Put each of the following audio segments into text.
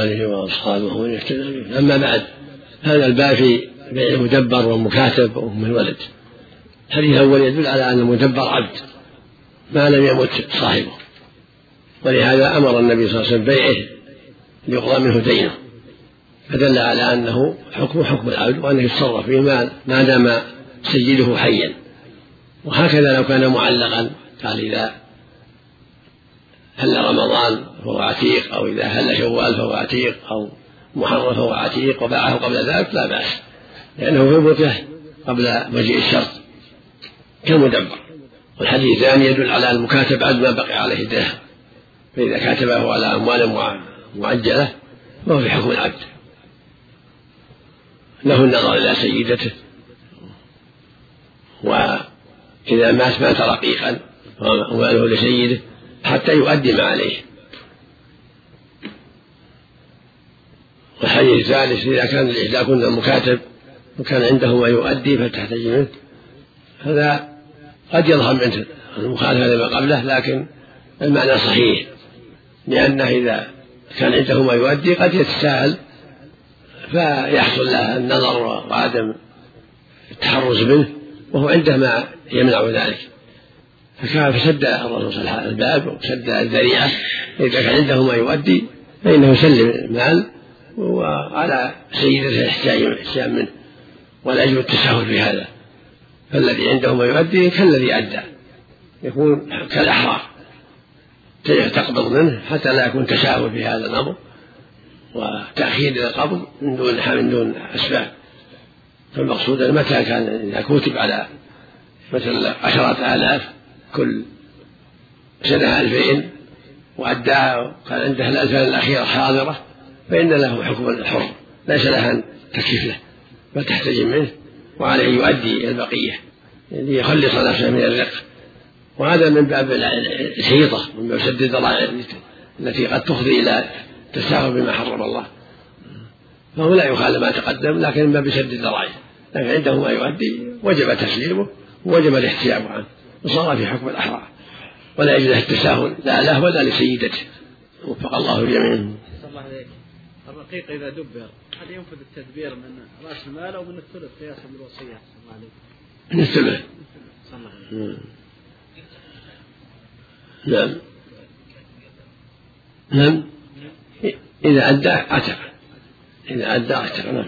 آله وأصحابه ومن اهتدى به. أما بعد، هذا الباب في بيع المدبر والمكاتب وأم الولد. الحديث الأول يدل على أن المدبر عبد ما لم يمت صاحبه، ولهذا أمر النبي صلى الله عليه وسلم بيعه ليقضى منه دينه، فدل على أنه حكم العبد وأنه يتصرف فيه ما دام سيده حيا. وهكذا لو كان معلقا، قال إذا هل رمضان فهو عتيق، أو إذا هل شوال فهو عتيق، أو محرم فهو عتيق وباعه قبل ذلك لا بأس، لأنه في ملكه قبل مجيء الشرط كالمدبر. والحديث الثاني يدل على المكاتب عبد ما بقي عليه الدرهم، فإذا كاتبه على أموال معجلة فهو في حكم العبد، له النظر إلى سيدته، وإذا مات رقيقا وماله لسيده حتى يؤدي ما عليه. والحديث الثالث إذا كنا المكاتب وكان عنده ما يؤدي فتحتاج منه، هذا قد يظهر منه المخالفة لما قبله، لكن المعنى صحيح، لأنه إذا كان عنده ما يؤدي قد يتساهل فيحصل له النظر وعدم التحرز منه، وهو عنده ما يمنع ذلك، فسد الرسول الباب وسد الذريعة. إذا كان عنده ما يؤدي فإنه يسلم المال وعلى سيدته الاحتياج منه، ولا يجب التساهل في هذا. فالذي عنده ما يؤدي كالذي أدى، يكون كالأحرار تقبض منه حتى لا يكون تساهل في هذا الأمر وتأخير القبض من دون أسباب. فالمقصود متى كان إذا كتب على مثل 10,000 كل سنة 2000 وأداها وكان عنده 2000 الأخيرة حاضرة، فإن له حكم الحر، ليس لها أن تكشف له بل تحتجم منه، وعليه يؤدي البقية ليخلص نفسه من الرق. وهذا من باب الحيطة، من باب سد الذرائع التي قد تفضي إلى التساهل بما حرم الله، فهو لا يخالف ما تقدم، لكن من باب سد الذرائع. لكن عنده ما يؤدي وجب تسليمه ووجب الاحتياج عنه، وصار في حكم الأحرار، ولا يجوز التساهل لا له ولا لسيدته. وفق الله الجميع. الرقيق إذا دبر هل ينفذ التدبير من رأس المال أو من الثلث قياسا بالوصية؟ من الثلث. نعم. نعم. إذا أدى أعتق. نعم.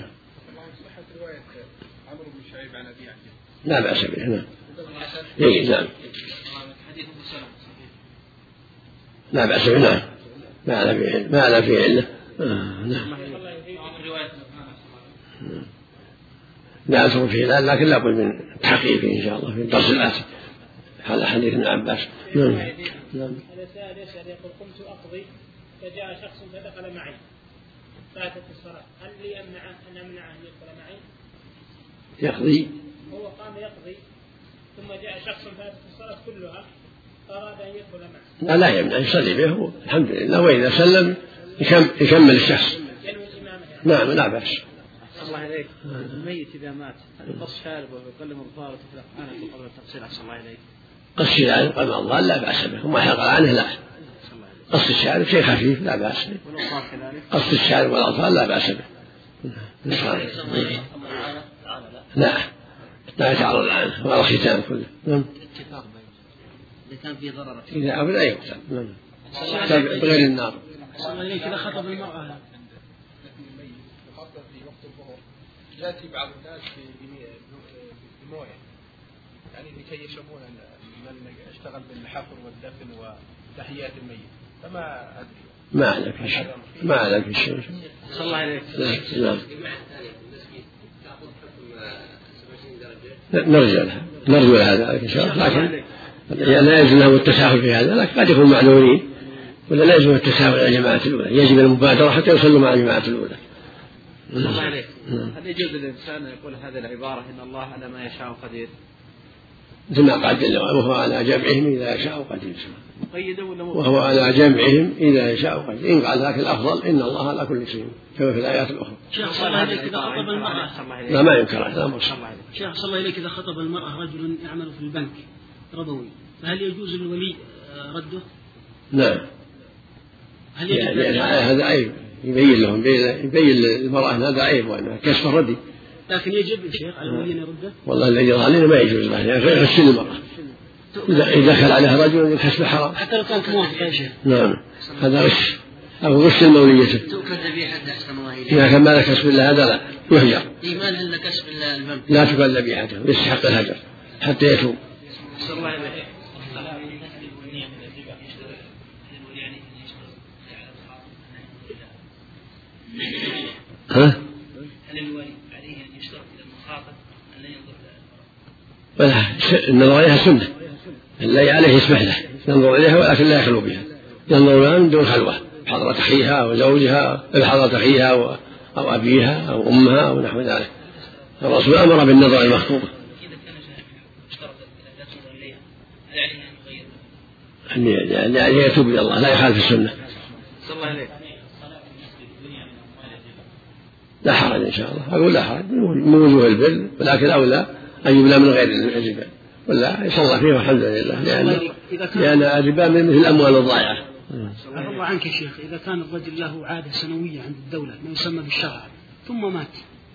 لا بأس به. نعم. نعم. لا بأس به. نعم. ما لا فيه علة. نعم. لا أذكر فيه لا، لكن لا بد من تحقيقه إن شاء الله في الدرس الآتي على حديث ابن عباس. نعم. السائل يسأل يقول قمت أقضي فجاء شخص فدخل معي فاتت الصلاة، هل لي أن أمنعه أن يدخل معي؟ يقضي. هو قام يقضي ثم جاء شخص فاتت الصلاة كلها فأراد أن يدخل معه. لا يمنع، يصلي به الحمد لله، وإذا سلم يكمل الشخص. نعم لا بأس. الله عليك. الميت إذا مات قص شاربه ويقلم أظفاره في الأفعال قبل التقصير. أحسن الله عليك. قص شارب قبل الأظفار لا بأس به، وما يحلق عنه لا. قص الشارب شيء خفيف لا بأس به. قص الشارب والأظفار لا بأس به. لا يتعرض عنه ولا الختان كله. نعم. إذا كان في ضرر إذا أبدا يقتل. نعم. بغير النار. إذا خطب المرأة يأتي بعض الناس بمويه يعني لكي يشمون من اشتغل بالحفر والدفن وتحيات الميت، فما أدري. ما عليك شيء. صلى الله عليك. نعم. نرجو لها ذلك إن شاء الله، لكن لا يجوز له التساهل في هذا، لكن قد يكون معذورين، ولا لا يجوز التساهل على الجماعة الأولى، يجب المبادرة حتى يصلوا مع الجماعة الأولى. الله عليك. هل يجوز للإنسان أن يقول هذه العبارة إن الله على ما يشاء قدير؟ مثل ما قال جل وعلا وهو على جمعهم إذا يشاء قدير. وهو على جمعهم إذا يشاء قدير. إن قال ذاك الأفضل إن الله على كل شيء كما في الآيات الأخرى. شيخ صلى الله عليك إذا خطب المرأة. لا ما ينكر هذا. شيخ صلى الله عليك إذا خطب المرأة رجل يعمل في البنك ربوي، فهل يجوز للولي رده؟ نعم. هذا عيب يبين لهم، يبين للمرأة أن هذا عيب وأنها كشف الردي. لكن يجب الشيخ على الولي أن يرده؟ والله الذي يظهر لنا ما يجوز له، يعني يغسل المرأة إذا دخل عليها رجل الكشف حرام حتى لو كانت موافقة يا شيخ. نعم هذا غش أو غش المولية. تؤكل ذبيحته أحسن الله إليك. إذا كان ما له كسب إلا هذا لا يهجر. ما له إلا كسب إلا المم. لا تؤكل ذبيحته يستحق الهجر حتى يتوب. صلى الله عليه وسلم. ها؟ هل الولي عليه أن يشترط إلى المخاطب أن لا ينظر إلى النظر إليها سنة، الذي عليه يسمح له ينظر إليها ولكن لا يخلو بها، ينظر لها من دون خلوة بحضرة أخيها وزوجها، بحضرة أخيها أو أبيها أو أمها أو نحو ذلك. الرسول أمر بالنظر المخطوبة. إذا كان اشترط لا تنظر إليها هل عليه أن يغير؟ يعني عليه يتوب إلى الله لا يخالف السنة. صلى الله عليه. لا حرج إن شاء الله، أقول لا حرج من وجوه البر، ولكن أولى أن يبلى من غير الربا ولا يصلى فيه والحمد لله، لأن الربا مثل الأموال الضائعة. عفى الله عنك يا شيخ، إذا كان الرجل له عادة سنوية عند الدولة ما يسمى بالشرع ثم مات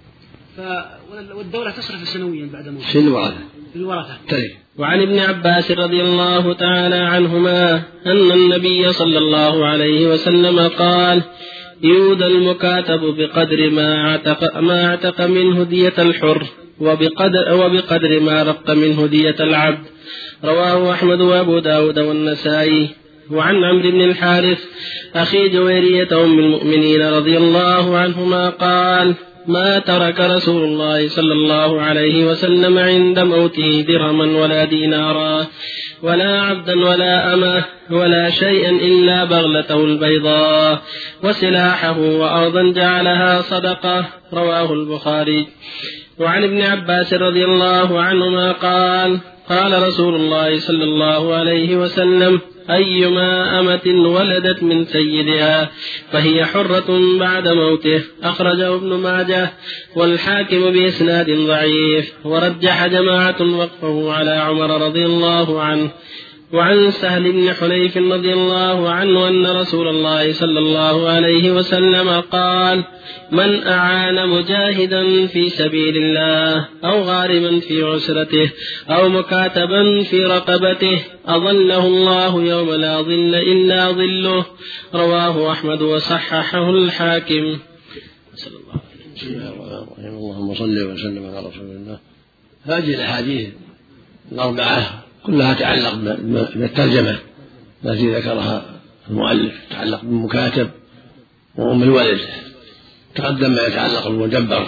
والدولة تصرف سنويا بعد موته للورثة. وعن ابن عباس رضي الله تعالى عنهما أن النبي صلى الله عليه وسلم قال: يودى المكاتب بقدر ما اعتق منه دية الحر وبقدر ما رق منه دية العبد. رواه أحمد وأبو داود والنسائي. وعن عمرو بن الحارث أخي جويرية أم المؤمنين رضي الله عنهما قال: ما ترك رسول الله صلى الله عليه وسلم عند موته درهما ولا دينارا ولا عبدا ولا أمه ولا شيئا إلا بغلته البيضاء وسلاحه وأرضا جعلها صدقة. رواه البخاري. وعن ابن عباس رضي الله عنهما قال: قال رسول الله صلى الله عليه وسلم: أيما أمة ولدت من سيدها فهي حرة بعد موته. أخرجه ابن ماجه والحاكم بإسناد ضعيف، ورجح جماعة وقفه على عمر رضي الله عنه. وعن سهل بن حنيف رضي الله عنه أن رسول الله صلى الله عليه وسلم قال: من أعان مجاهدا في سبيل الله أو غارما في عسرته أو مكاتبا في رقبته أظله الله يوم لا ظل إلا ظله. رواه أحمد وصححه الحاكم. صلى الله عليه وسلم. اللهم صل وسلم على رسول الله. هذه الأحاديث الأربعة كلها تعلق بالترجمة التي ذكرها المؤلف، تعلق بالمكاتب وأم الولد. تقدم ما يتعلق بالمدبر.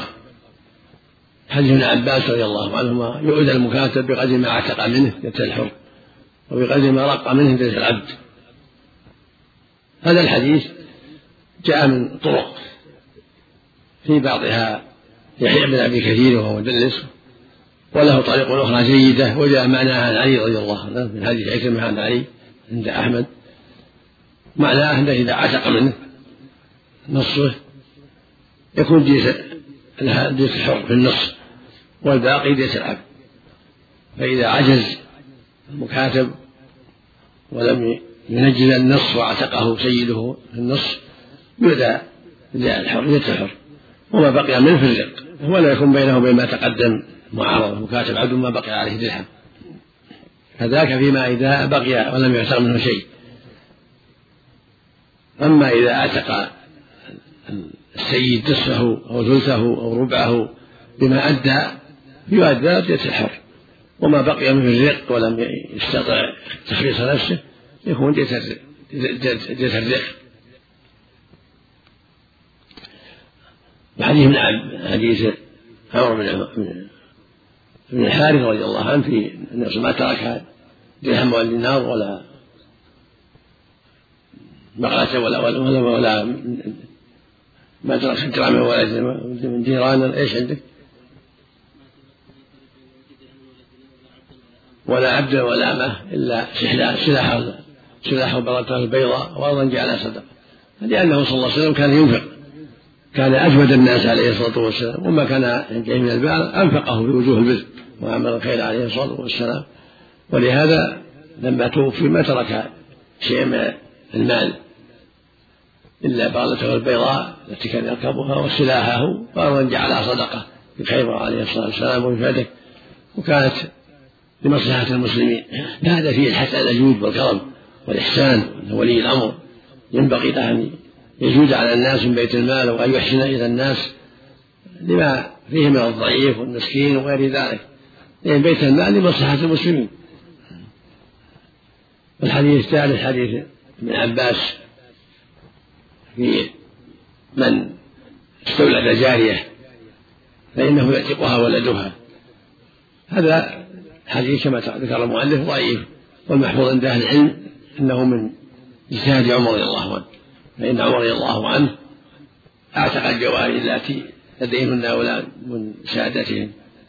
حديث ابن عباس رضي الله عنهما: يؤذى المكاتب بقدر ما اعتق منه دية الحر وبقدر ما رق منه دية العبد. هذا الحديث جاء من طرق، في بعضها يحيى بن أبي كثير وهو مدلس، وله طريق أخرى جيدة وجاء معناها عن علي رضي الله عنه من حديث عكرمة عن علي عند أحمد. معناه أنه إذا عتق منه نصه يكون دية الحر في النص والباقي دية العبد. فإذا عجز المكاتب ولم ينجز النص وعتقه سيده في النص يؤدى دية الحر وما بقي منه في الرق، ولا يكون بينه وبين ما تقدم معارضة. مكاتب عبد ما بقي عليه درهم، كذاك فيما إذا بقي ولم يعتق منه شيء. أما إذا اعتق السيد نصفه أو ثلثه أو ربعه بما أدى يؤدى دية الحر، وما بقي من الرق ولم يستطع تخليص نفسه يكون دية الرق. حديث عمرو بن الحارث رضي الله عنه في أنه ما ترك درهم ولا دينار ولا بغلة ولا ما ترك درهم ولا من جيران. ايش عندك؟ ولا عبد ولا أمه إلا سلاحه وبغلته البيضاء وأرضا جعلها صدقة. لأنه صلى الله عليه وسلم كان ينفق، كان أجود الناس عليه الصلاة والسلام، وما كان عنده من البال أنفقه في وجوه البر وعمل الخير عليه الصلاة والسلام. ولهذا لما توفي ما ترك شيء من المال إلا بغلته البيضاء التي كان يركبها وسلاحه، وأن جعلها صدقة في خيبر عليه الصلاة والسلام وفي فده، وكانت لمصلحة المسلمين. هذا فيه الحث على الجود والكرم والإحسان، وأن ولي الأمر ينبغي له أن يجود على الناس من بيت المال، وأن يحسن إلى الناس لما فيه من الضعيف والمسكين وغير ذلك، لأن بيت المال لمصلحة المسلمين. والحديث الثالث حديث ابن عباس في من استولد جارية فإنه يعتقها ولدها. هذا حديث كما ذكر المؤلف ضعيف، والمحفوظ عند أهل العلم أنه من اجتهاد عمر رضي الله عنه، فإن عمر رضي الله عنه اعتق الجواري التي لديهن أولاد من سادتهم.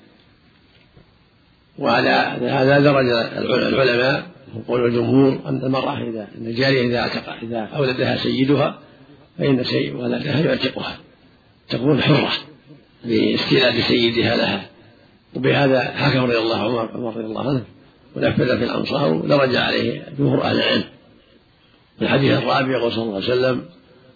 وعلى هذا درج العلماء وقول الجمهور أن المرأة أن الجارية إذا أولدها سيدها فإن سيد ولدها يعتقها، تكون حرة باستيلاد سيدها لها. وبهذا حكم رضي الله عمر رضي الله عنه ونفذ في الأمصار ودرج عليه جمهور أهل العلم. الحديث الرابع يقول صلى الله عليه وسلم: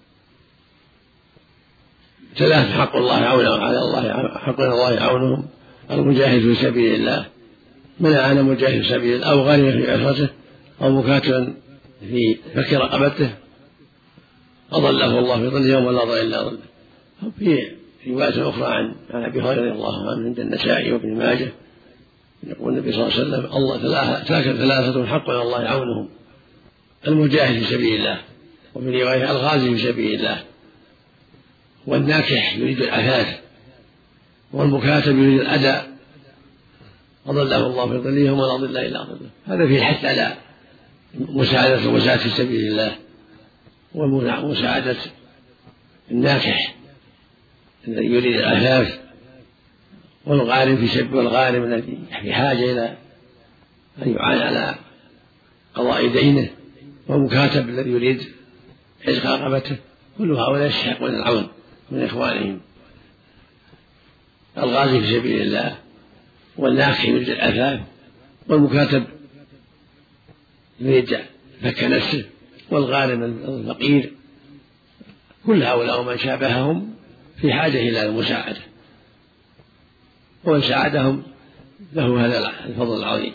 ثلاث حق الله عونهم على الله، حق الله عونهم: المجاهد في سبيل الله، من أعان مجاهد في سبيل الله، أو غني في عفرته، أو مكاتبا في فك رقبته أظله الله في ظله يوم لا ظل إلا ظله. في رواية أخرى عن أبي هريرة رضي الله عنه عند النسائي وابن ماجه يقول النبي صلى الله عليه وسلم: الله ثلاثة حق على الله عونهم: المجاهد في سبيل الله، وفي رواية الغازي في سبيل الله، والناكح يريد العفاف، والمكاتب يريد الأداء أظله الله في ظله يوم لا ظل إلا ظله. هذا فيه الحث على مساعدة الوساة في سبيل الله، ومساعدة الناكح الذي يريد العفاف، والغارم في سبيل، والغارم الذي في حاجة إلى أن يعان على قضاء دينه، والمكاتب الذي يريد عتق رقبته. كل هؤلاء يستحقون العون من إخوانهم. الغازي في سبيل الله، والناكح يريد العفاف، والمكاتب يريد فك نفسه، والغارم الفقير. كل هؤلاء ومن شابههم في حاجة إلى المساعدة، ومن ساعدهم له هذا الفضل العظيم.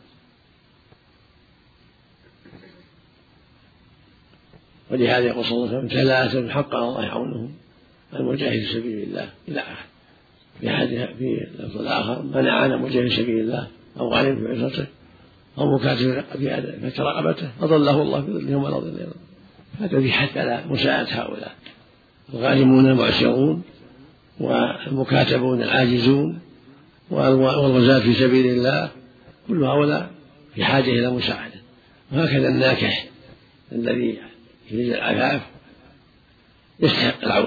ولهذا يقول صلى الله عليه وسلم: ثلاثة حق على الله عونهم: المجاهد في سبيل الله، إلى آخره. في اللفظ الآخر: من أعان مجاهد في سبيل الله، أو غنم في عصرته، أو مكاتب في فك رقبته أظله الله في ظله يوم لا ظل إلا ظله. هذا في حث على مساعدة هؤلاء: الغارمون المعسرون، والمكاتبون العاجزون، والغزاة في سبيل الله. كل هؤلاء في حاجة إلى مساعدة. وهكذا الناكح الذي يريد العفاف يستحق العون،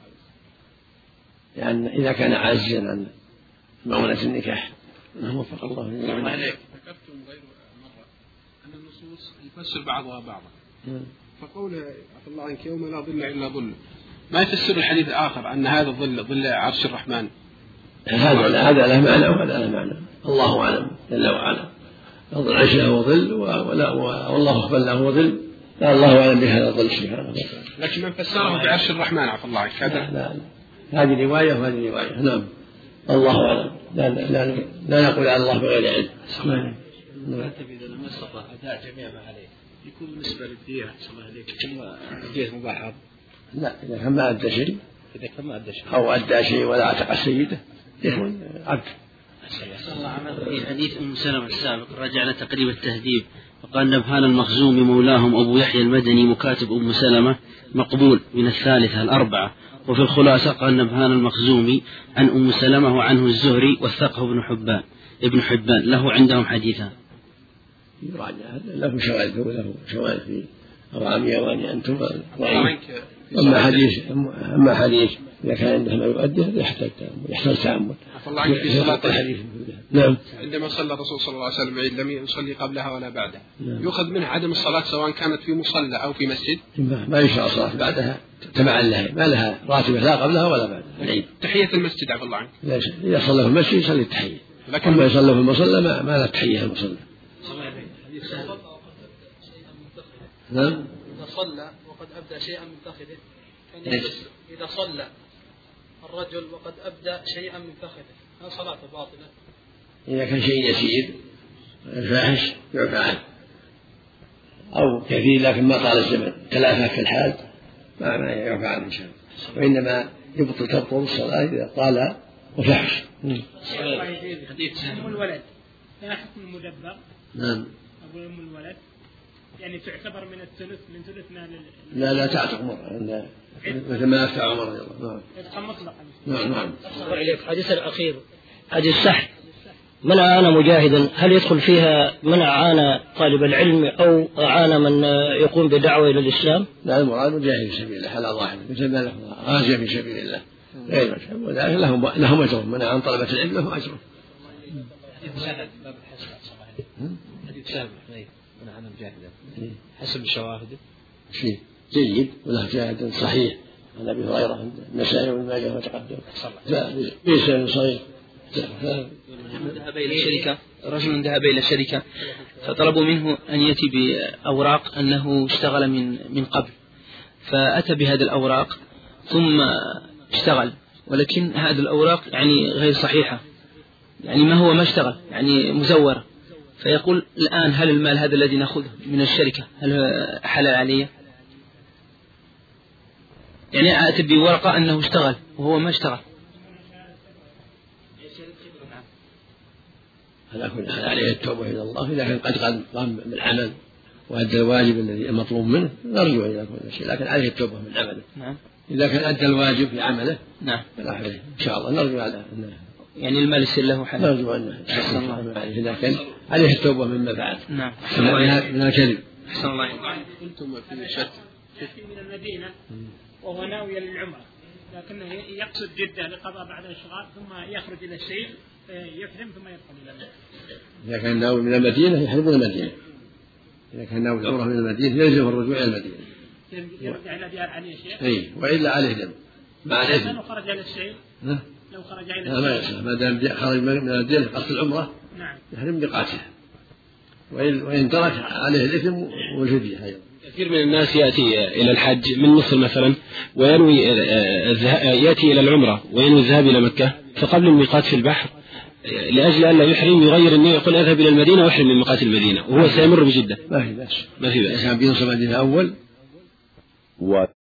لأن إذا كان عاجزا عن معونة النكاح. وفق الله عليك. ذكرتم غير مرة أن النصوص يفسر بعضها بعضا، فقوله عفى الله عنك يوم لا ظل إلا ظل ما يفسر الحديث الآخر أن هذا الظل ظل عرش الرحمن. هذا له معنى وهذا له معنى، الله أعلم جل وعلا. العرش له ظل والله أخبر له ظل، لا الله أعلم بهذا الظل سبحانه وتعالى. لكن من فسره بعرش الرحمن عفى الله عنك لا هذه رواية وهذه رواية. نعم الله أعلم، لا نقول على الله بغير علم. إذا لم يستطع أداء جميع ما عليه يكون بالنسبة للدية صلى الله عليك ثم دية مباحة. لا، إذا كان ما أدى شيء، أو أدى شيء ولا اعتق سيده يكون عبد. الله عمل في حديث أم سلمة السابق رجعنا تقريب التهذيب، وقال نبهان المخزومي مولاهم أبو يحيى المدني مكاتب أم سلمة مقبول من الثالثة الأربعة. وفي الخلاصة قال نبهان المخزومي عن أم سلمة وعنه الزهري وثقه ابن حبان له عندهم حديثان. له شواذ في الرامية وأن أنتم أما حديث إذا كان عنده ما يؤدي يحتاج تأمل. نعم. عندما صلى الرسول صلى الله عليه وسلم العيد لم يصلي قبلها ولا بعدها، يؤخذ منه عدم الصلاة سواء كانت في مصلى أو في مسجد. ما يشرع الصلاة بعدها تبعا لها، ما لها راتبة لا قبلها ولا بعدها. العيد تحية المسجد عفى الله عنك، إذا صلى في المسجد يصلي التحية، أما يصلى في المصلى ما لا تحية المصلى. نعم. إذا صلى وقد أبدى شيئا من فخذه، يعني إذا صلى الرجل وقد أبدى شيئا من فخذه هل صلاته باطلة؟ إذا كان شيء يسير الفاحش يعفى عنه، أو كثير لكن ما طال الزمن تلافى في الحال ما يعفى عنه إن شاء الله، وإنما تبطل الصلاة إذا طال وفحش. أم الولد لا حكم المدبر. نعم. أقول أم الولد يعني تعتبر من الثلث من ثلث مال. لا تعتق مرة مثل ما أفتى عمر رضي الله عنه. يدخل مطلقا. نعم. حديث الأخير حديث السحر، من أعان مجاهدا هل يدخل فيها من أعان طالب العلم أو أعان من يقوم بدعوة إلى الإسلام؟ لا، المراد مجاهد في سبيل الله على ظاهر مثل ما له غازية في سبيل الله غير مشهور، وذلك لهم أجر، من أعان طلبة العلم له أجر. حديث سهل من أعان مجاهدا حسب شواهده شيء جيد وله شاهد صحيح عن أبي هريرة عند النسائي وابن ماجه وتقدم بإسناد صحيح. رجل ذهب إلى الشركة فطلبوا منه أن يأتي بأوراق أنه اشتغل من قبل، فأتى بهذه الأوراق ثم اشتغل، ولكن هذه الأوراق يعني غير صحيحة، يعني ما اشتغل يعني مزورة، فيقول الآن هل المال هذا الذي نأخذه من الشركة هل حلال عليه؟ يعني أتى بورقة أنه اشتغل وهو ما اشتغل. على كل حال عليه التوبة إلى الله، إذا كان قد قام بالعمل وأدى الواجب الذي المطلوب منه نرجو إلى كل شيء، لكن عليه التوبة من عمله. نعم. إذا كان أدى الواجب في عمله نعم فلا عليه إن شاء الله، نرجو على أنه يعني المال يصير له حلال، نرجو أنه إذا كان عليه التوبة مما فعل. نعم. من الكذب. أحسن الله. كنتم في شك من المدينة وهو ناوي للعمرة، لكنه يقصد جدة لقضاء بعد الاشغال ثم يخرج إلى الشيخ يحرم ثم يدخل إلى المدينة. إذا كان ناوي من المدينة يحرم من المدينة، إذا كان ناوي العمرة من المدينة يلزم الرجوع إلى المدينة. يرجع إلى ديار علي الشيخ. أي وإلا عليه دم مع الإثم. لو خرج إلى الشيخ. لو خرج إلى الشيخ. ما يصح ما دام خرج من المدينة قصد العمرة. نعم. يحرم بقاتها. وإن ترك عليه الإثم والفدية أيضا. كثير من الناس يأتي إلى الحج من مصر مثلا وينوي يأتي إلى العمرة وينوي الذهاب إلى مكة، فقبل الميقات في البحر لأجل أن لا يحرم يغير النية يقول أذهب إلى المدينة وأحرم من ميقات المدينة وهو سيمر بجدة. ما في بأس. كان بينصب المدينة أول